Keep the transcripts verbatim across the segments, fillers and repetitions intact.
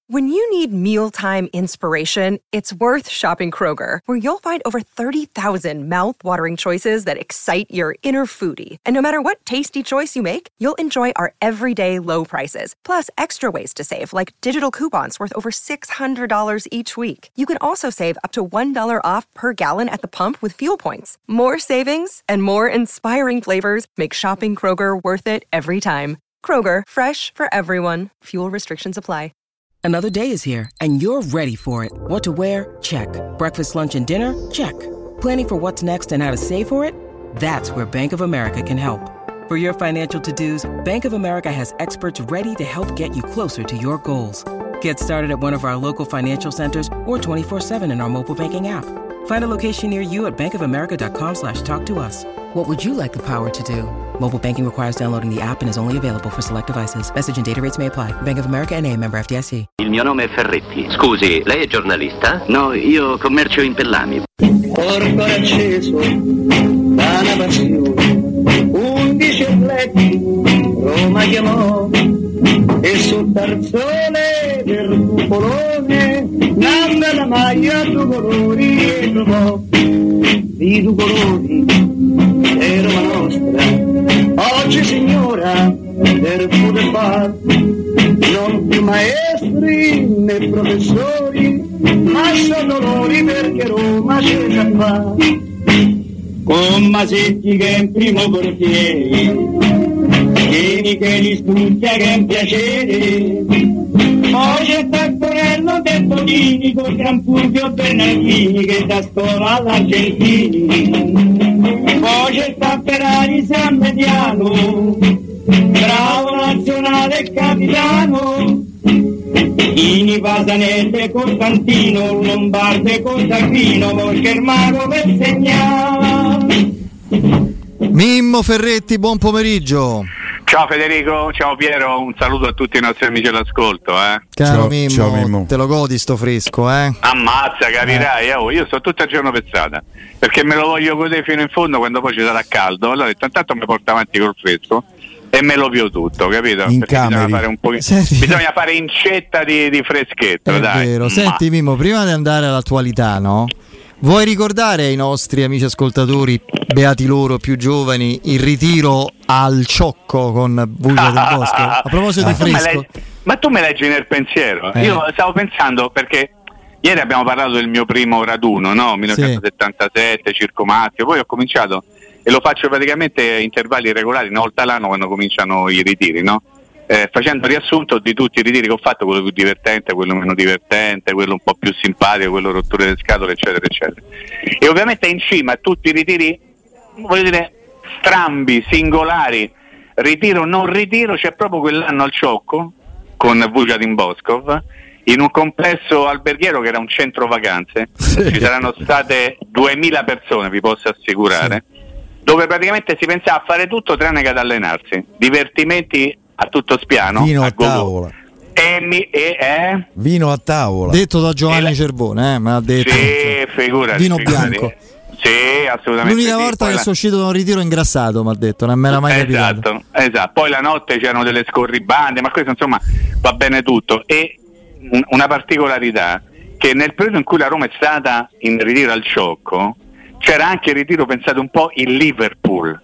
When you need mealtime inspiration, it's worth shopping Kroger, where you'll find over thirty thousand mouth-watering choices that excite your inner foodie. And no matter what tasty choice you make, you'll enjoy our everyday low prices, plus extra ways to save, like digital coupons worth over six hundred dollars each week. You can also save up to one dollar off per gallon at the pump with fuel points. More savings and more inspiring flavors make shopping Kroger worth it every time. Kroger, fresh for everyone. Fuel restrictions apply. Another day is here, and you're ready for it. What to wear? Check. Breakfast, lunch, and dinner? Check. Planning for what's next and how to save for it? That's where Bank of America can help. For your financial to-dos, Bank of America has experts ready to help get you closer to your goals. Get started at one of our local financial centers or twenty-four seven in our mobile banking app. Find a location near you at bankofamerica.com slash talk to us. What would you like the power to do? Mobile banking requires downloading the app and is only available for select devices. Message and data rates may apply. Bank of America N A, member F D I C. Il mio nome è Ferretti. Scusi, lei è giornalista? No, io commercio in pellami. Corpo acceso da una passione, undici letti Roma chiamò e sul tarzone del cupolone nanda la maglia due colori e trovò di due colori è Roma nostra oggi signora del poter far non più maestri né professori ma sono loro perché Roma c'è già fa con Masetti che è in primo portiere Vieni che li studia che è un piacere poi c'è Taccorello del Bonini con Gran Fulvio Bernardini che da scuola all'Argentini poi c'è Tapperari San Mediano bravo nazionale e capitano Ini Pasanelle Costantino Lombardo con Tacchino perché il mago per segnare. Mimmo Ferretti, buon pomeriggio. Ciao Federico, ciao Piero, un saluto a tutti i nostri amici all'ascolto, eh. Caro ciao, Mimmo, ciao Mimmo, te lo godi sto fresco, eh? Ammazza, capirai, eh. Oh, io sto tutto il giorno per strada, perché me lo voglio godere fino in fondo quando poi ci sarà caldo, allora intanto mi porto avanti col fresco e me lo pio tutto, capito? In perché cameri. bisogna fare un po', bisogna fare incetta di, di freschetto, È dai. vero. Ma... Senti Mimmo, prima di andare all'attualità, no? Vuoi ricordare ai nostri amici ascoltatori, beati loro più giovani, il ritiro al Ciocco con Vulga del Bosco? A proposito di fresco. Ma tu me leggi nel pensiero? Eh. Io stavo pensando, perché ieri abbiamo parlato del mio primo raduno, no? millenovecentosettantasette, Circo Mazzio, poi ho cominciato, e lo faccio praticamente a intervalli regolari, una volta l'anno quando cominciano i ritiri, no? Eh, facendo riassunto di tutti i ritiri che ho fatto, quello più divertente, quello meno divertente, quello un po' più simpatico, quello rotture le scatole, eccetera, eccetera. E ovviamente in cima a tutti i ritiri, voglio dire, strambi, singolari, ritiro o non ritiro, c'è proprio quell'anno al Ciocco, con Vujatin Boskov, in un complesso alberghiero che era un centro vacanze, sì. Ci saranno state duemila persone, vi posso assicurare, sì. Dove praticamente si pensava a fare tutto tranne che ad allenarsi, divertimenti a tutto spiano, vino a, a tavola e, mi, e eh? vino a tavola, detto da Giovanni la... Cervone, eh, me l'ha detto, sì, figurati, vino figurati. bianco, sì, assolutamente. L'unica sì. volta Poi che la... sono uscito da un ritiro ingrassato, mi ha detto, non me l'ha mai esatto, capitato. Esatto, poi la notte c'erano delle scorribande, ma questo insomma va bene tutto. E una particolarità, che nel periodo in cui la Roma è stata in ritiro al Ciocco c'era anche il ritiro, pensate un po', in Liverpool.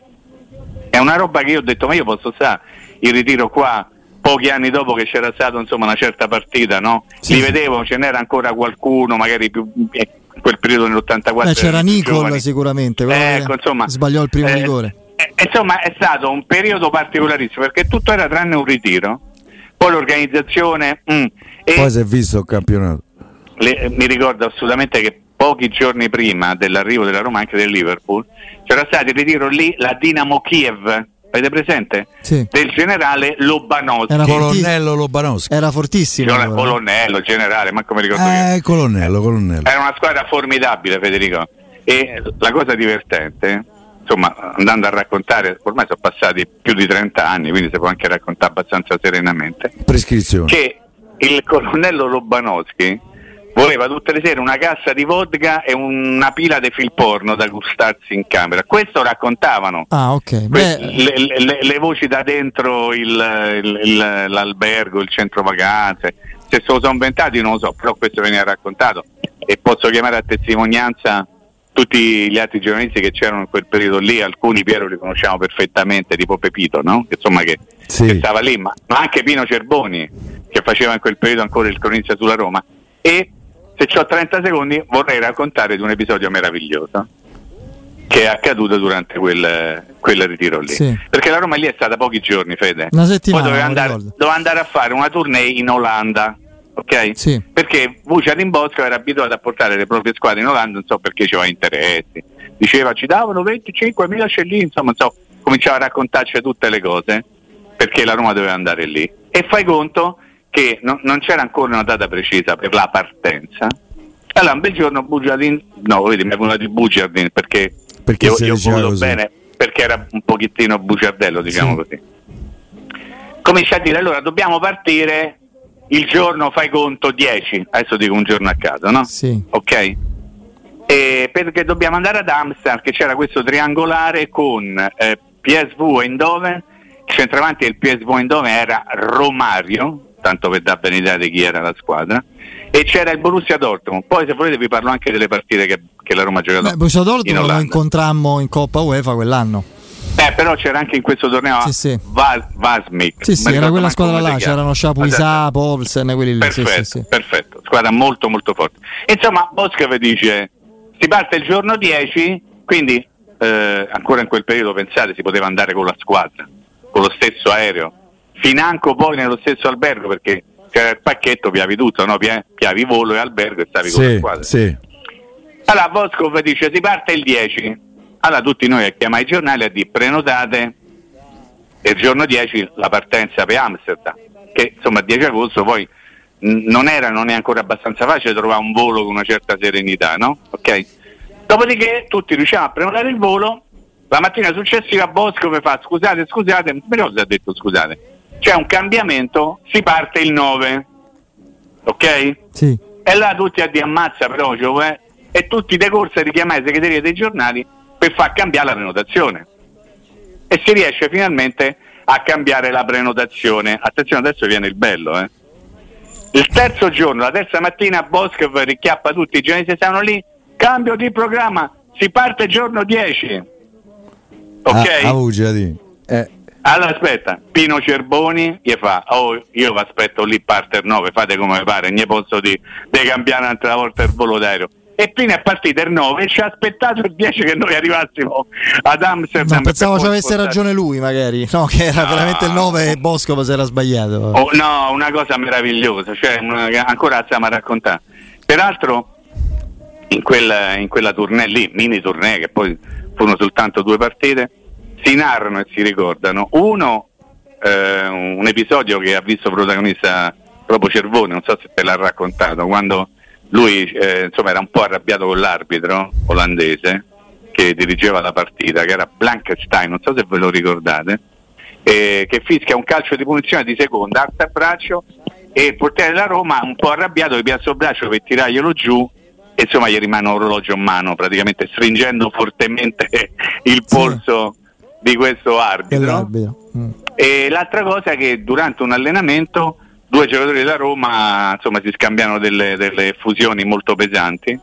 È una roba che io ho detto, ma io posso stare il ritiro qua pochi anni dopo che c'era stata insomma una certa partita, no? Sì, Li sì. vedevo, ce n'era ancora qualcuno, magari più in quel periodo nell'ottantaquattro. Beh, c'era Nicol giovani. Sicuramente, ecco, insomma, sbagliò il primo eh, rigore. Eh, insomma, è stato un periodo particolarissimo perché tutto era tranne un ritiro. Poi l'organizzazione mm, e poi si è visto il campionato. Le, mi ricordo assolutamente che pochi giorni prima dell'arrivo della Roma, anche del Liverpool, c'era stato il ritiro lì, la Dinamo Kiev, avete presente? Sì. Del generale Lobanovskij. Era colonnello Lobanovskij. Era fortissimo. Cioè, colonnello, generale, ma come ricordo eh, che... colonnello, colonnello. Era una squadra formidabile, Federico. E la cosa divertente, insomma, andando a raccontare, ormai sono passati più di trenta anni, quindi si può anche raccontare abbastanza serenamente. Prescrizione. Che il colonnello Lobanovskij voleva tutte le sere una cassa di vodka e una pila di film porno da gustarsi in camera. Questo raccontavano. Ah, ok. Que- Beh... le, le, le voci da dentro il, il, il, l'albergo, il centro vacanze. se se lo sono inventati non lo so, però questo veniva raccontato e posso chiamare a testimonianza tutti gli altri giornalisti che c'erano in quel periodo lì. Alcuni Piero li conosciamo perfettamente, tipo Pepito, no? Che, insomma che, sì. che stava lì, ma, ma anche Pino Cerboni che faceva in quel periodo ancora il cronista sulla Roma. E se c'ho trenta secondi vorrei raccontare di un episodio meraviglioso che è accaduto durante quel, quel ritiro lì, sì. Perché la Roma lì è stata pochi giorni, Fede, una settimana, poi doveva andare, doveva andare a fare una tournée in Olanda, ok? Sì. Perché Vucea Bosco era abituato a portare le proprie squadre in Olanda, non so perché c'aveva interessi, diceva ci davano venticinquemila scellini, insomma, non so, cominciava a raccontarci tutte le cose perché la Roma doveva andare lì. E fai conto che no, non c'era ancora una data precisa per la partenza. Allora un bel giorno Bugiardin, no, vedi, mi è venuto di Bugiardin perché, perché io, io ho voluto così. Bene, perché era un pochettino bugiardello, diciamo, sì. Così. Comincia a dire, allora dobbiamo partire il giorno, fai conto, dieci, adesso dico un giorno a caso, no? Sì. Ok? E perché dobbiamo andare ad Amsterdam, che c'era questo triangolare con eh, P S V Eindhoven, il centravanti del P S V Eindhoven era Romario, tanto per darvi un'idea di chi era la squadra, e c'era il Borussia Dortmund. Poi se volete vi parlo anche delle partite che, che la Roma ha giocato. Beh, Borussia Dortmund lo incontrammo in Coppa UEFA quell'anno. Eh, però c'era anche in questo torneo sì, sì. Vas, Vasmik. Sì, sì, era quella squadra là, c'erano Chapuisat, Poulsen, quelli lì. Perfetto, sì, sì, sì. perfetto, squadra molto molto forte. Insomma, Bosca dice, si parte il giorno dieci, quindi eh, ancora in quel periodo, pensate, si poteva andare con la squadra, con lo stesso aereo, financo poi nello stesso albergo, perché c'era il pacchetto, piavi tutto, no? Piavi volo e albergo e stavi sì, con la squadra. Sì. Allora Boscov dice, si parte il dieci. Allora tutti noi a chiamare i giornali a dire prenotate e il giorno dieci la partenza per Amsterdam, che insomma il dieci agosto poi n- non era non è ancora abbastanza facile trovare un volo con una certa serenità, no? Ok? Dopodiché tutti riusciamo a prenotare il volo, la mattina successiva Bosco mi fa scusate, scusate, non mi ricordo se ha detto scusate, c'è un cambiamento, si parte il nove, ok? Sì. E là tutti a dire ammazza però, cioè, e tutti de corsa a richiamare le segreterie dei giornali per far cambiare la prenotazione. E si riesce finalmente a cambiare la prenotazione. Attenzione, adesso viene il bello, eh. Il terzo giorno, la terza mattina, Boscov richiappa tutti i giornalisti che stavano lì, cambio di programma, si parte giorno dieci. Ok? Ah, ah, eh. Allora aspetta, Pino Cerboni gli fa, oh io vi aspetto lì, parte il nove, fate come vi pare, ne posso dire, devi cambiare un'altra volta il volo d'aereo. E Pino è partito il nove e ci ha aspettato il dieci che noi arrivassimo ad Amsterdam. No, pensavo ci avesse ragione lui magari, no, che era no. veramente il nove e Bosco si era sbagliato. Oh, no, una cosa meravigliosa, cioè una, ancora la stiamo a raccontare. Peraltro in quella, in quella tournée lì, mini tournée, che poi furono soltanto due partite, si narrano e si ricordano uno eh, un episodio che ha visto protagonista proprio Cervoni, non so se te l'ha raccontato, quando lui eh, insomma era un po' arrabbiato con l'arbitro olandese che dirigeva la partita, che era Blankenstein, non so se ve lo ricordate, eh, che fischia un calcio di punizione di seconda, alza il braccio e il portiere della Roma un po' arrabbiato gli piazza il braccio per tirarglielo giù e insomma gli rimane un orologio in mano, praticamente stringendo fortemente il polso sì. di questo arbitro. Mm. E l'altra cosa è che durante un allenamento due giocatori della Roma insomma si scambiano delle, delle fusioni molto pesanti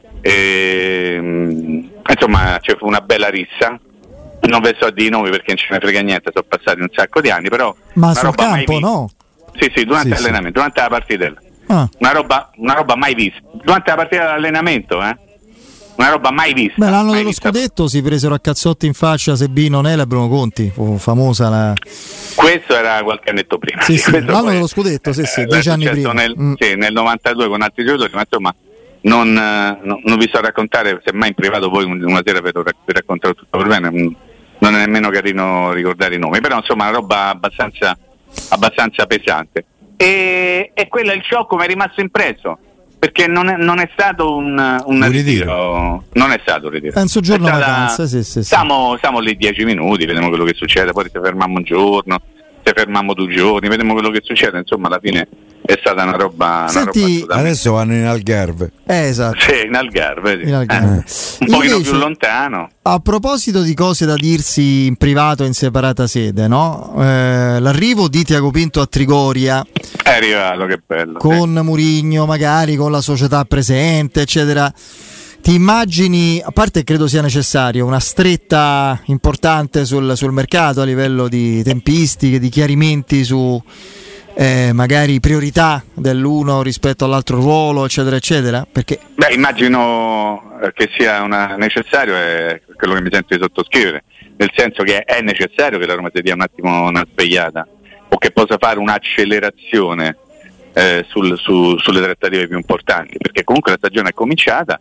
e, insomma c'è fu una bella rissa, non ve so di nomi perché non ce ne frega niente, sono passati un sacco di anni, però ma una sul roba campo mai no? Sì sì, durante sì, l'allenamento, sì. durante la partita ah. una roba una roba mai vista, durante la partita dell'allenamento eh una roba mai vista. Beh, l'anno mai dello vista. Scudetto si presero a cazzotti in faccia Sebino, Nela e Bruno Conti, fu famosa la... Questo era qualche annetto prima. Sì, sì, Questo l'anno poi, dello Scudetto, sì, sì, eh, dieci anni prima. Nel, mm. sì, nel novantadue con altri giocatori, ma insomma non, non, non vi so raccontare, semmai in privato poi una sera vi racconterò tutto per bene, non è nemmeno carino ricordare i nomi, però insomma una roba abbastanza, abbastanza pesante. E, e quello è il sciocco, mi è rimasto impresso. Perché non è, non è stato un, un, un ritiro. ritiro, non è stato un ritiro. È un soggiorno vacanza, sì, sì, sì. Stiamo, stiamo lì dieci minuti, vediamo quello che succede, poi ci fermiamo un giorno, se fermiamo due giorni, vediamo quello che succede, insomma alla fine è stata una roba, Senti, una roba adesso vanno in Algarve. Eh, esatto. Sì, in Algarve, sì. In Algarve. Eh. Un pochino più lontano. A proposito di cose da dirsi in privato in separata sede, no? Eh, l'arrivo di Tiago Pinto a Trigoria è arrivato, che bello, con sì. Mourinho, magari con la società presente, eccetera. Ti immagini, a parte credo sia necessario, una stretta importante sul, sul mercato a livello di tempistiche, di chiarimenti su eh, magari priorità dell'uno rispetto all'altro ruolo, eccetera, eccetera? Perché... Beh, immagino che sia una, necessario, è quello che mi sento di sottoscrivere, nel senso che è necessario che la Roma si dia un attimo una svegliata o che possa fare un'accelerazione eh, sul, su, sulle trattative più importanti, perché comunque la stagione è cominciata,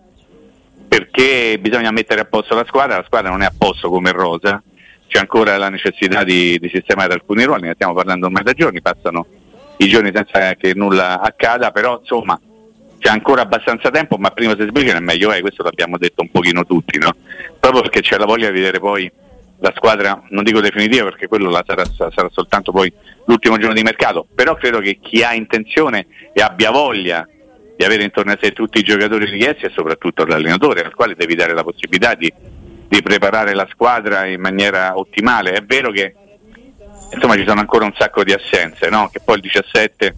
perché bisogna mettere a posto la squadra, la squadra non è a posto come rosa, c'è ancora la necessità di, di sistemare alcuni ruoli, ne stiamo parlando ormai da giorni, passano i giorni senza che nulla accada, però insomma c'è ancora abbastanza tempo, ma prima si sbrigano è meglio è, questo l'abbiamo detto un pochino tutti, no? Proprio perché c'è la voglia di vedere poi la squadra, non dico definitiva perché quello la sarà, sarà soltanto poi l'ultimo giorno di mercato, però credo che chi ha intenzione e abbia voglia di avere intorno a sé tutti i giocatori richiesti e soprattutto l'allenatore, al quale devi dare la possibilità di, di preparare la squadra in maniera ottimale. È vero che insomma ci sono ancora un sacco di assenze, no? Che poi il diciassette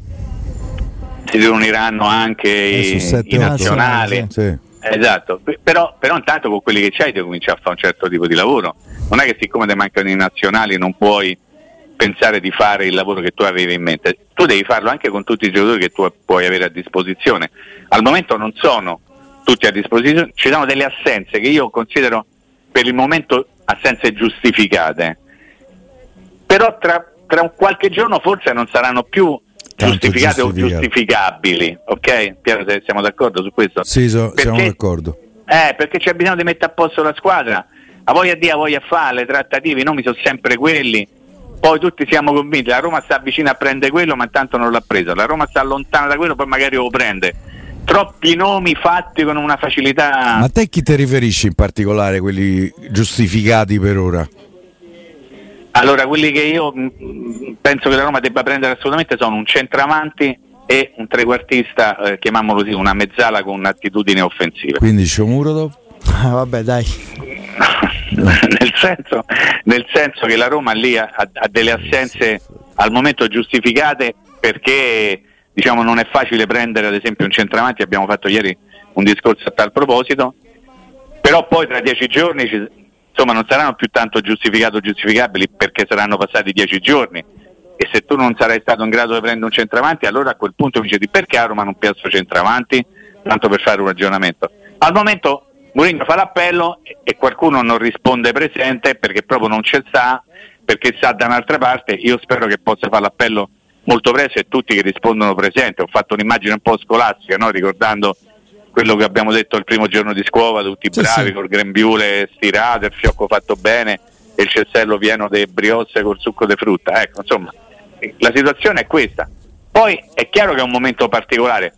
si riuniranno anche i, i nazionali, sì. Esatto, però, però intanto con quelli che c'hai devi cominciare a fare un certo tipo di lavoro, non è che siccome ti mancano i nazionali non puoi pensare di fare il lavoro che tu avevi in mente, tu devi farlo anche con tutti i giocatori che tu puoi avere a disposizione. Al momento non sono tutti a disposizione, ci sono delle assenze che io considero per il momento assenze giustificate, però tra, tra un qualche giorno forse non saranno più Tanto giustificate o giustificabili, ok? Piero, se siamo d'accordo su questo? Sì, so, perché, siamo d'accordo. Eh, perché c'è bisogno di mettere a posto la squadra, a voglia di, a voglia fare le trattative, i nomi sono sempre quelli. Poi tutti siamo convinti, la Roma sta vicina a prendere quello ma intanto non l'ha preso, la Roma sta lontana da quello poi magari lo prende, troppi nomi fatti con una facilità. Ma te chi ti riferisci in particolare, quelli giustificati per ora? Allora, quelli che io mh, penso che la Roma debba prendere assolutamente sono un centravanti e un trequartista, eh, chiamiamolo così, una mezzala con un'attitudine offensiva. Quindi Shomurodov? Ah, vabbè, dai. nel, senso, nel senso che la Roma lì ha, ha delle assenze al momento giustificate, perché diciamo non è facile prendere ad esempio un centravanti, abbiamo fatto ieri un discorso a tal proposito, però poi tra dieci giorni ci, insomma non saranno più tanto giustificati o giustificabili perché saranno passati dieci giorni, e se tu non sarai stato in grado di prendere un centravanti, allora a quel punto mi dici perché a Roma non piazzo centravanti, tanto per fare un ragionamento. Al momento Mourinho fa l'appello e qualcuno non risponde presente perché proprio non c'è sta, perché sta da un'altra parte. Io spero che possa fare l'appello molto presto e tutti che rispondono presente. Ho fatto un'immagine un po' scolastica, no? Ricordando quello che abbiamo detto il primo giorno di scuola, tutti sì, bravi, sì. col grembiule stirato, il fiocco fatto bene e il cestello pieno di brioche col succo di frutta. Ecco, insomma, la situazione è questa. Poi è chiaro che è un momento particolare.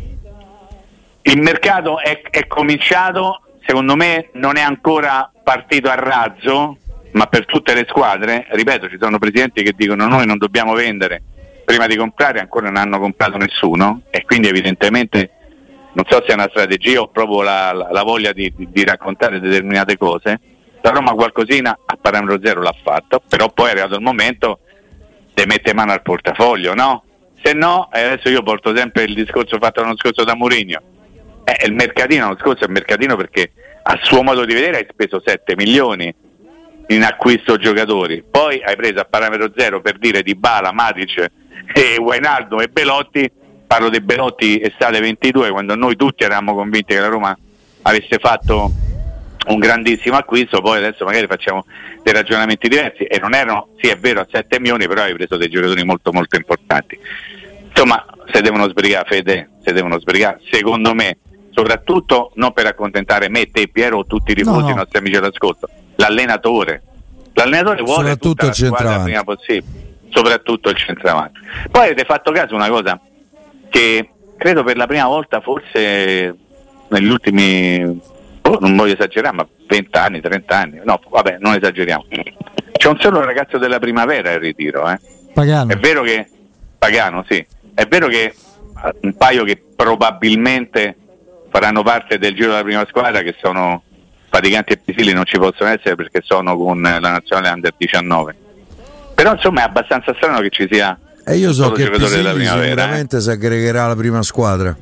Il mercato è, è cominciato, secondo me non è ancora partito a razzo, ma per tutte le squadre, ripeto, ci sono presidenti che dicono noi non dobbiamo vendere prima di comprare, ancora non hanno comprato nessuno, e quindi evidentemente non so se è una strategia o proprio la, la, la voglia di, di, di raccontare determinate cose. La Roma qualcosina a parametro zero l'ha fatto, però poi è arrivato il momento di mettere mano al portafoglio, no? Se no, e adesso io porto sempre il discorso fatto l'anno scorso da Mourinho, eh, il mercatino, l'anno scorso è il mercatino perché a suo modo di vedere hai speso sette milioni in acquisto giocatori, poi hai preso a parametro zero, per dire, Dybala, Matic e Wijnaldum e Belotti. Parlo di Belotti estate ventidue, quando noi tutti eravamo convinti che la Roma avesse fatto un grandissimo acquisto. Poi adesso magari facciamo dei ragionamenti diversi, e non erano, sì è vero, a sette milioni, però hai preso dei giocatori molto molto importanti. Insomma, se devono sbrigare, Fede, se devono sbrigare, secondo me, soprattutto non per accontentare me, te, Piero o tutti i tifosi, no, no. i nostri amici all'ascolto, l'allenatore l'allenatore vuole tutta la squadra prima possibile, soprattutto il centravanti. Poi avete fatto caso una cosa che credo per la prima volta forse negli ultimi, oh, non voglio esagerare, ma venti anni, trenta anni, no vabbè, non esageriamo, c'è un solo ragazzo della primavera in ritiro, eh? Pagano. È vero che Pagano, sì, è vero che un paio che probabilmente faranno parte del giro della prima squadra, che sono Faticanti e Pisilli, non ci possono essere perché sono con la nazionale under diciannove. Però insomma è abbastanza strano che ci sia e io so un che giocatore della Pisilli primavera, sicuramente eh. si aggregherà alla prima squadra.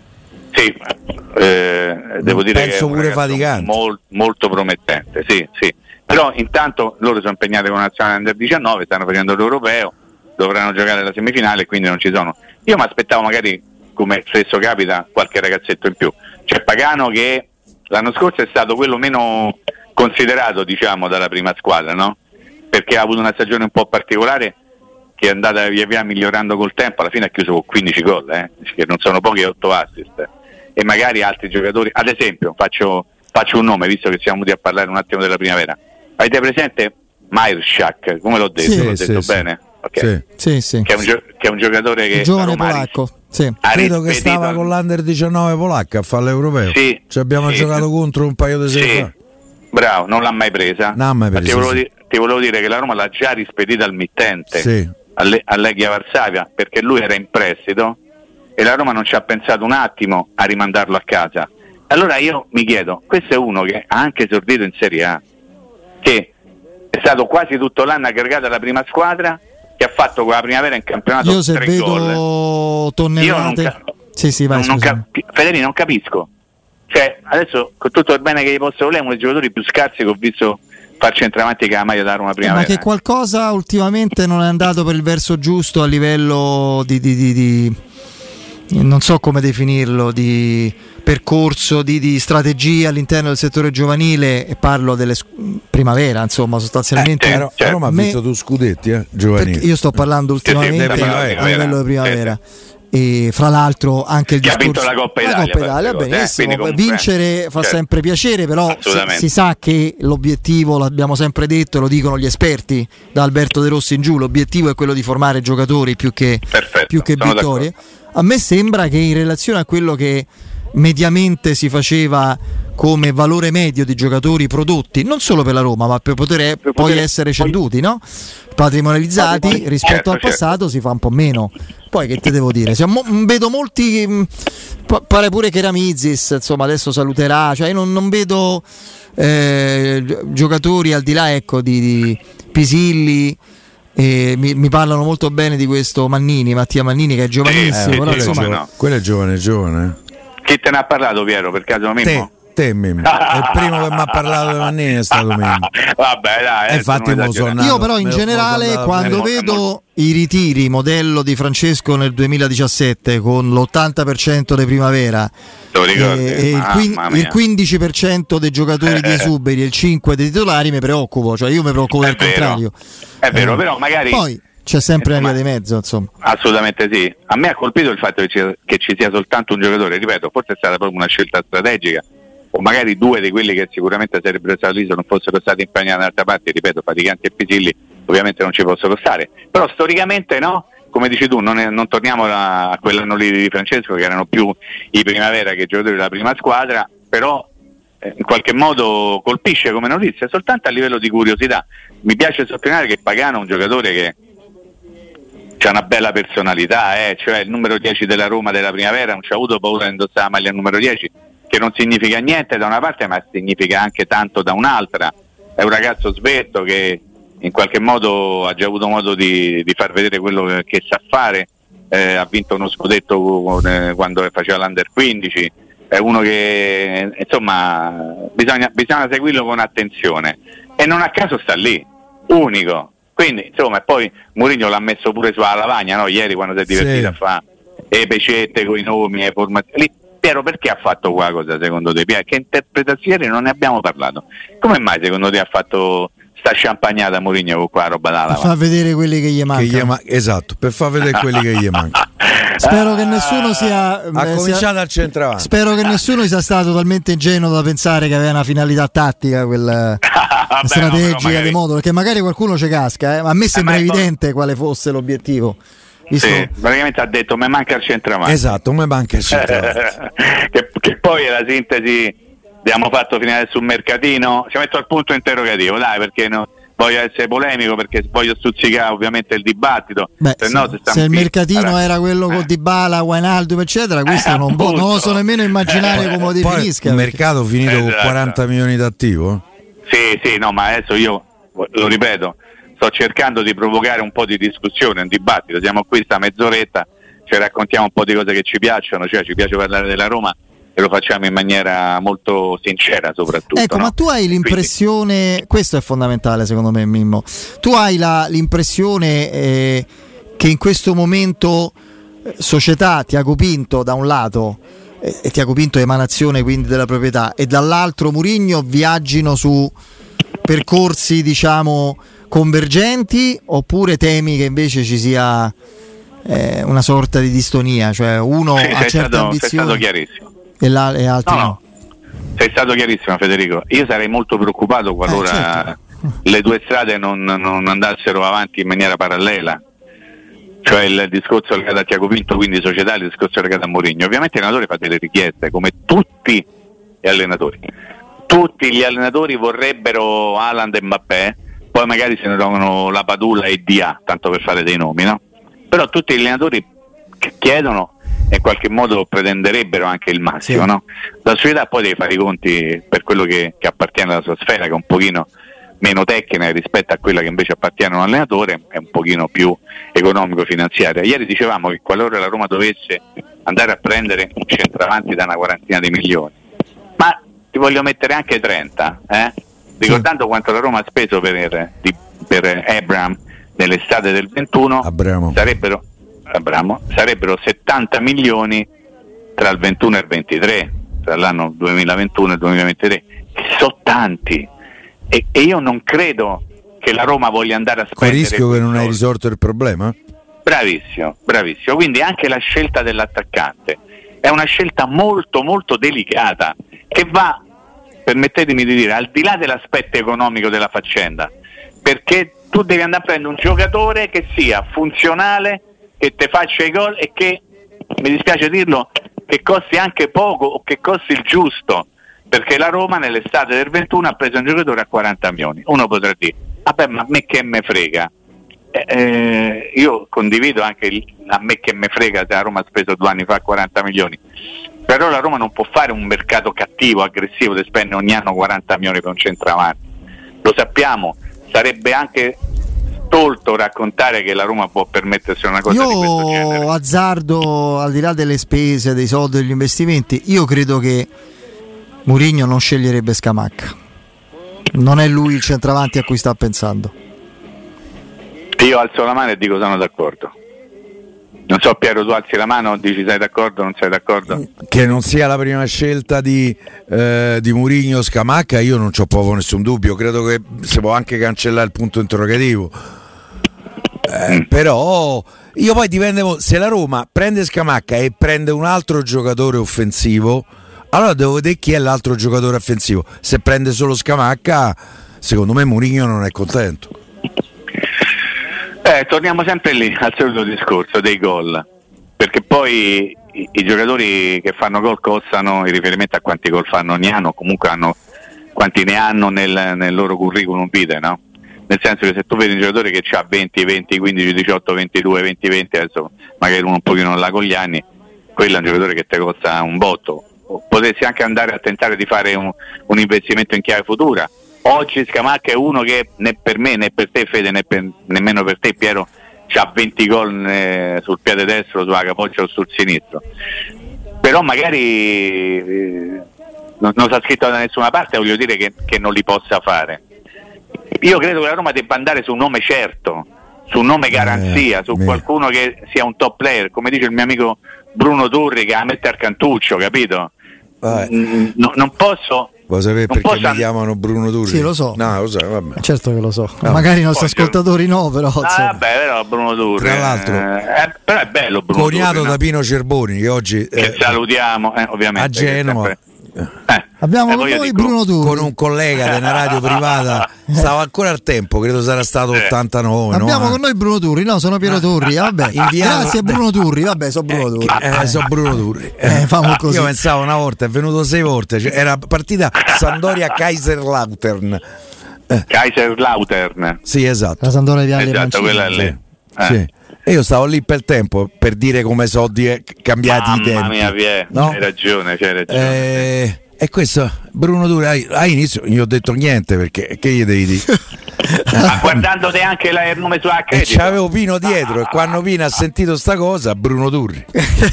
Sì, eh, devo dire penso che è un pure Faticante. Mol, molto promettente, sì, sì. Però intanto loro sono impegnati con la nazionale under diciannove, stanno facendo l'europeo, dovranno giocare la semifinale e quindi non ci sono. Io mi aspettavo magari, come spesso capita, qualche ragazzetto in più. C'è Pagano che l'anno scorso è stato quello meno considerato, diciamo, dalla prima squadra, no? Perché ha avuto una stagione un po' particolare che è andata via via migliorando col tempo, alla fine ha chiuso con quindici gol, eh? Che non sono pochi, otto assist. E magari altri giocatori, ad esempio, faccio, faccio un nome, visto che siamo venuti a parlare un attimo della primavera. Avete presente Majeršak? Come l'ho detto? Sì, l'ho sì, detto sì. bene? Okay. Sì, sì, sì. Che, è un gio- che è un giocatore che Il giovane Roma polacco, sì. ha Credo che rispedito stava al- con l'Under diciannove polacca a fare l'europeo. Sì, ci abbiamo sì, giocato sì. contro un paio di sere Sì, fa. bravo, non l'ha mai presa. Non l'ha mai Ma presa, ti, volevo sì. dire, ti volevo dire che la Roma l'ha già rispedita al mittente, Sì. alle- all'Legia Varsavia, perché lui era in prestito e la Roma non ci ha pensato un attimo a rimandarlo a casa. Allora io mi chiedo, questo è uno che ha anche esordito in Serie A, che è stato quasi tutto l'anno aggregato alla prima squadra, che ha fatto con la primavera in campionato Io se tre vedo gol. tonnellate. Io non ca- sì, sì, vai, non, non scusami. capi- Federico, non capisco. Cioè, adesso con tutto il bene che gli posso volere, uno dei giocatori più scarsi che ho visto far centravanti che la maglia da Roma Eh, primavera. ma che qualcosa ultimamente non è andato per il verso giusto a livello di, di, di, di non so come definirlo, di percorso, di, di strategia all'interno del settore giovanile, e parlo delle sc- primavera, insomma, sostanzialmente. Eh, Però Cioè, Roma ha me- visto due scudetti, eh, giovanili. Perché io sto parlando ultimamente sì, sì, a primavera. livello di primavera. E fra l'altro anche il Che ha discorso vinto la Coppa Italia, la Coppa per Italia, queste cose, eh, benissimo, quindi comunque, vincere fa certo. sempre piacere, però si, Assolutamente. si sa che l'obiettivo, l'abbiamo sempre detto e lo dicono gli esperti da Alberto De Rossi in giù, l'obiettivo è quello di formare giocatori più che, Perfetto, più che sono vittorie. d'accordo. A me sembra che in relazione a quello che mediamente si faceva come valore medio di giocatori prodotti, non solo per la Roma, ma per poter Per poi poter- essere poi- ceduti, no? Patrimonializzati, Patrimoni- rispetto certo, al passato certo. si fa un po' meno. Poi che te devo dire? Siamo, vedo molti, mh, pa- pare pure che Ramizis, insomma, adesso saluterà, cioè io non, non vedo eh, gi- giocatori al di là, ecco, di, di Pisilli. E mi, mi parlano molto bene di questo Mannini, Mattia Mannini, che è giovanissimo, sì, però sì, insomma, come no. Quello è giovane, giovane. Chi te ne ha parlato, Piero, per caso Te, Mimmo? te Mimmo. Il primo che mi ha parlato di Mannini è stato Mimmo. Vabbè, dai, E adesso infatti non mo esagerare. sono- io però in me lo- generale me lo- quando me lo- vedo i ritiri modello di Francesco nel duemiladiciassette con l'ottanta per cento di primavera Te lo ricordi? e, e il, Mamma quin- mia. il quindici per cento dei giocatori di esuberi e il cinque per cento dei titolari, mi preoccupo, cioè io mi preoccupo È del vero. contrario. È vero, Eh, però magari poi c'è sempre una Insomma, via di mezzo, insomma. assolutamente sì. A me ha colpito il fatto che ci, che ci sia soltanto un giocatore, ripeto, forse è stata proprio una scelta strategica, o magari due di quelli che sicuramente sarebbero stati lì se non fossero stati impegnati da altra parte, ripeto, Faticanti e Pisilli ovviamente non ci possono stare, però storicamente no, come dici tu, non, è, non torniamo a, a quell'anno lì di Francesco che erano più i primavera che i giocatori della prima squadra, però eh, in qualche modo colpisce come notizia soltanto a livello di curiosità. Mi piace sottolineare che Pagano è un giocatore che c'ha una bella personalità, eh? Cioè il numero dieci della Roma della primavera non ci ha avuto paura di indossare la maglia numero dieci, che non significa niente da una parte ma significa anche tanto da un'altra. È un ragazzo svelto che in qualche modo ha già avuto modo di, di far vedere quello che, che sa fare, eh, ha vinto uno scudetto con, eh, quando faceva l'Under quindici, è uno che insomma bisogna, bisogna seguirlo con attenzione e non a caso sta lì, unico. Quindi insomma, e poi Mourinho l'ha messo pure sulla lavagna, no? Ieri quando si è divertito Sì. a fare le pecette con i nomi e formazioni. Piero, perché ha fatto qua cosa secondo te? Piero, che interpretazioni non ne abbiamo parlato? Come mai secondo te ha fatto sta champagnata Mourinho con qua roba da Per lavagna? far vedere quelli che gli Che mancano. gli ma- esatto, per far vedere quelli che gli mancano. Spero che nessuno sia, Ha eh, sia- cominciato al centravanti. spero che nessuno sia stato talmente ingenuo da pensare che aveva una finalità tattica, quella Vabbè, strategica no, però magari- di modo, perché magari qualcuno ci casca, eh, ma a me sembra ma ecco- evidente quale fosse l'obiettivo. Visto- Sì, praticamente ha detto mi manca il centravanti. Esatto, mi manca il centravanti. che, che poi è la sintesi, abbiamo fatto finale sul mercatino, ci metto al punto interrogativo, dai, perché no, voglio essere polemico perché voglio stuzzicare ovviamente il dibattito. Beh, se, no, se, se il mercatino allora, era quello con Dybala, Wijnaldum eccetera, questo eh, non, non lo so nemmeno immaginare eh, come lo definisca. Un mercato finito esatto. con quaranta milioni d'attivo? Sì, sì, no, ma adesso io lo ripeto, sto cercando di provocare un po' di discussione, un dibattito. Siamo qui sta mezz'oretta, ci raccontiamo un po' di cose che ci piacciono, cioè ci piace parlare della Roma e lo facciamo in maniera molto sincera soprattutto. Ecco, no? Ma tu hai l'impressione, Quindi... questo è fondamentale secondo me, Mimmo, tu hai la, l'impressione eh, che in questo momento eh, società, Tiago Pinto da un lato, eh, e Tiago Pinto emanazione quindi della proprietà, e dall'altro Mourinho viaggino su percorsi diciamo convergenti, oppure temi che invece ci sia eh, una sorta di distonia, cioè uno sì, ha certe stato, ambizioni. Sei stato chiarissimo. E, la, e altri no, no. no. Sei stato chiarissimo, Federico. Io sarei molto preoccupato qualora eh, certo. le due strade non, non andassero avanti in maniera parallela, cioè il discorso legato a Tiago Pinto, quindi società, il discorso legato a Mourinho. Ovviamente l'allenatore fa delle richieste, come tutti gli allenatori. Tutti gli allenatori vorrebbero Haaland e Mbappé, poi magari se ne trovano la Padula e D A, tanto per fare dei nomi, no? Però tutti gli allenatori che chiedono e in qualche modo pretenderebbero anche il massimo, sì. no? La società poi deve fare i conti per quello che, che appartiene alla sua sfera, che è un pochino meno tecnica rispetto a quella che invece appartiene a un allenatore, è un pochino più economico-finanziaria. Ieri dicevamo che qualora la Roma dovesse andare a prendere un centravanti da una quarantina di milioni, ma ti voglio mettere anche trenta, eh? ricordando sì. quanto la Roma ha speso per, per Abraham nell'estate del ventuno, Abramo. sarebbero Abramo, sarebbero settanta milioni tra il ventuno e il ventitré, tra l'anno duemilaventuno e il duemilaventitré, che sono tanti, e, e io non credo che la Roma voglia andare a spendere. Con il rischio che non hai risolto il problema? Bravissimo, bravissimo. Quindi anche la scelta dell'attaccante è una scelta molto molto delicata, che va, permettetemi di dire, al di là dell'aspetto economico della faccenda, perché tu devi andare a prendere un giocatore che sia funzionale, che te faccia i gol e che, mi dispiace dirlo, che costi anche poco o che costi il giusto, perché la Roma nell'estate del ventuno ha preso un giocatore a quaranta milioni. Uno potrà dire, vabbè, ma a me che me frega. Eh, eh, io condivido anche il, a me che me frega se la Roma ha speso due anni fa quaranta milioni, però la Roma non può fare un mercato cattivo, aggressivo, di spendere ogni anno quaranta milioni per un centravanti. Lo sappiamo, sarebbe anche tolto raccontare che la Roma può permettersi una cosa io di questo genere. Io azzardo, al di là delle spese, dei soldi, degli investimenti, io credo che Mourinho non sceglierebbe Scamacca. Non è lui il centravanti a cui sta pensando. Io alzo la mano e dico sono d'accordo. Non so, Piero, tu alzi la mano, dici sei d'accordo o non sei d'accordo? Che non sia la prima scelta di, eh, di Mourinho Scamacca, io non c'ho proprio nessun dubbio. Credo che si può anche cancellare il punto interrogativo. Eh, mm. Però io poi dipende, se la Roma prende Scamacca e prende un altro giocatore offensivo, allora devo vedere chi è l'altro giocatore offensivo. Se prende solo Scamacca, secondo me Mourinho non è contento. Eh, torniamo sempre lì al solito discorso dei gol, perché poi i, i giocatori che fanno gol costano in riferimento a quanti gol fanno ogni anno, comunque hanno quanti ne hanno nel, nel loro curriculum vitae, no? Nel senso che se tu vedi un giocatore che ha venti, venti, quindici, diciotto, ventidue, venti, venti, adesso magari uno un pochino non là con gli anni, quello è un giocatore che ti costa un botto. Potresti anche andare a tentare di fare un, un investimento in chiave futura. Oggi Scamacca è uno che né per me né per te, Fede, né per, nemmeno per te, Piero, c'ha venti gol eh, sul piede destro, sulla capoccia o sul sinistro. Però magari eh, non, non sta scritto da nessuna parte, voglio dire che, che non li possa fare. Io credo che la Roma debba andare su un nome certo, su un nome garanzia, su eh, qualcuno che sia un top player, come dice il mio amico Bruno Turri, che la mette al cantuccio, capito? Mm, no, non posso. Vuoi sapere non perché posso... mi chiamano Bruno Turri? Sì, lo so. No, lo so, vabbè. Certo che lo so. No. Magari i nostri Poi, ascoltatori no, però. Ah, vabbè, però Bruno Turri. Tra l'altro, eh, però è bello Bruno coniato Turri, da no? Pino Cerboni, che oggi che eh, salutiamo, eh, ovviamente. a Genova. Sempre... Eh, Abbiamo eh, con noi dico, Bruno Turri. Con un collega di una radio privata, stava ancora al tempo, credo sarà stato Eh. ottantanove. Abbiamo no? con noi Bruno Turri, no, sono Piero Turri. Vabbè, Inviato- grazie Bruno Turri. Vabbè, so Bruno Turri. Eh, so Bruno Turri. Eh, famo così. Io pensavo una volta, è venuto sei volte, cioè, era partita Sampdoria Kaiserslautern. Eh. Kaiserslautern. Sì, esatto. La Sampdoria Viale Esatto, quella lì. Sì. Eh. Sì. E io stavo lì per tempo per dire come so di cambiati Mamma i tempi. Mamma mia, Vie, no? hai ragione, c'hai ragione. Eh, e questo Bruno Turri a inizio non gli ho detto niente perché che gli devi dire? Ma guardandoti anche la, il nome su H E c'avevo Pino dietro, e quando Pino ha sentito sta cosa, Bruno Turri.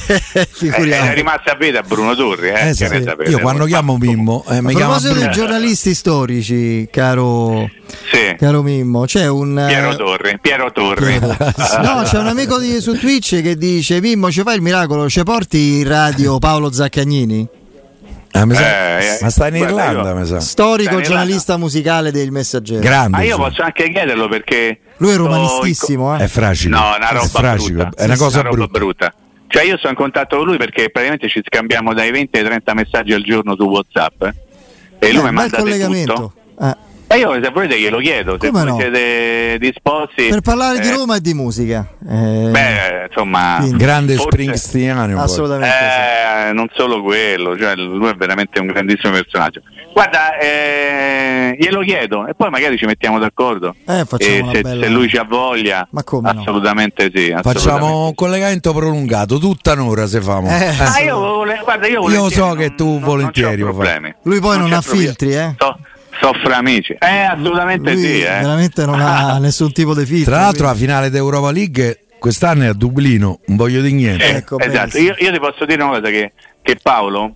eh, è rimasto a vita Bruno Turri, eh, Eh, che sì. ne sapete? Io quando chiamo Mimmo, eh, mi A chiama proposito Bruno. dei giornalisti storici, caro, Sì. caro Mimmo, c'è un Piero Torri, Piero Torri. no, c'è un amico di, su Twitch che dice: Mimmo, ci fai il miracolo, ci porti in radio Paolo Zaccagnini? Ah, mi sa- Eh, ma sta in guarda, Irlanda, io- mi sa. Storico Sta in giornalista musicale del Messaggero. Grande. Ma io cioè. posso anche chiederlo perché Lui è sto romanistissimo, eh? È fragico. No, una roba è fragico, brutta. è una Sì, cosa una roba brutta. brutta. Cioè io sono in contatto con lui perché praticamente ci scambiamo dai venti ai trenta messaggi al giorno su WhatsApp, eh? E Eh, lui mi bel manda collegamento. tutto. Eh, E io se volete glielo chiedo, se Come voi no? siete disposti. per parlare di eh, Roma e di musica. Eh, Beh, insomma, Quindi- Grande forse- Springsteeniano. poi. assolutamente sì. Eh, non solo quello, cioè lui è veramente un grandissimo personaggio. Guarda, eh, glielo chiedo e poi magari ci mettiamo d'accordo. Eh, facciamo E una se, bella- se lui ci ha voglia, Ma come no? assolutamente sì. Facciamo assolutamente. un collegamento prolungato, tutta un'ora se famo. Eh, Eh. Ah, io, vole- guarda, io, Io volentieri, so non- che tu non- volentieri non lo c'ho fai. problemi. Lui poi non c'è ha problema. filtri, eh? So, so fra amici. Eh, assolutamente Lui sì. Eh. veramente non ha nessun tipo di filtro. Tra l'altro la quindi- finale d'Europa League quest'anno è a Dublino, non voglio di niente. Eh, Ecco, esatto. benissimo. Io, io ti posso dire una cosa che, che Paolo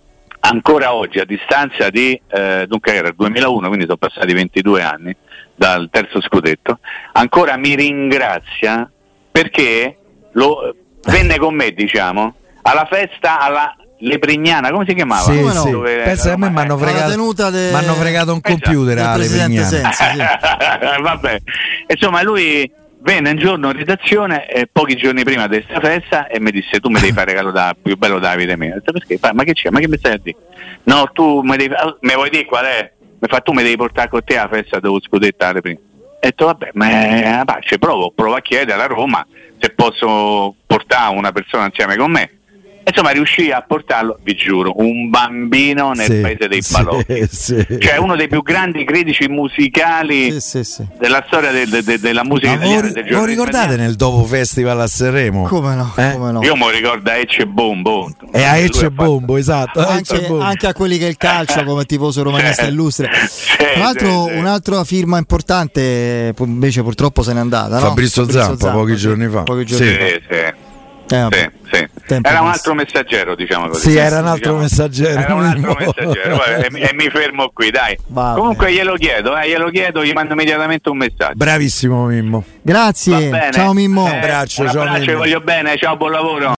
ancora oggi a distanza di eh, dunque era il duemilauno, quindi sono passati ventidue anni dal terzo scudetto, ancora mi ringrazia perché lo, venne con me, diciamo, alla festa alla Leprignana, come si chiamava? Sì, Come no? sì. Dove- Pensa a me mi hanno Alla fregato, tenuta de- m'hanno fregato un Esatto. computer del alle presidente Vignane. Sensi, sì. Vabbè, insomma lui venne un giorno in redazione eh, pochi giorni prima di questa festa e mi disse: tu mi devi fare regalo da più bello da vita mia. Ho detto: perché? Ma che c'è? Ma che mi stai a dire? No, tu mi devi ah, mi vuoi dire qual è? Mi fa: tu mi devi portare con te alla festa dello scudetto alle prime. Ho detto: vabbè, ma pace, provo, provo a chiedere alla Roma se posso portare una persona insieme con me. Insomma, riuscì a portarlo, vi giuro, un bambino nel Sì, paese dei sì, balocchi. sì. Cioè uno dei più grandi critici musicali Sì, sì, sì. della storia de- de- de- della musica Ma italiana. voi, del voi giornalismo ricordate italiano. nel dopo festival a Sanremo? Come no? Eh? Come no? Io mi ricordo a Ecce Bombo. E a Lui Ecce ha fatto- Bombo, esatto. a Ecce Anche, Bombo. anche a quelli che è il calcio come tifoso romanista Sì. illustre. Sì, Tra l'altro sì, sì. un'altra firma importante pu- invece purtroppo se n'è andata, no? Fabrizio Zampa, pochi sì, giorni fa. pochi giorni Sì. fa. Sì, sì. Eh, vabbè. Sì, sì. Tempo Era un messo. altro messaggero, diciamo così. Sì, era un altro Diciamo. messaggero. Era un altro Mimmo. messaggero. Guarda, e, mi- e mi fermo qui, dai. Va Comunque bene. glielo chiedo, eh, glielo chiedo, gli mando immediatamente un messaggio. Bravissimo Mimmo. Grazie, Va bene. ciao Mimmo. Eh, abbraccio, un ciao, abbraccio, Mimmo. voglio bene, ciao, buon lavoro.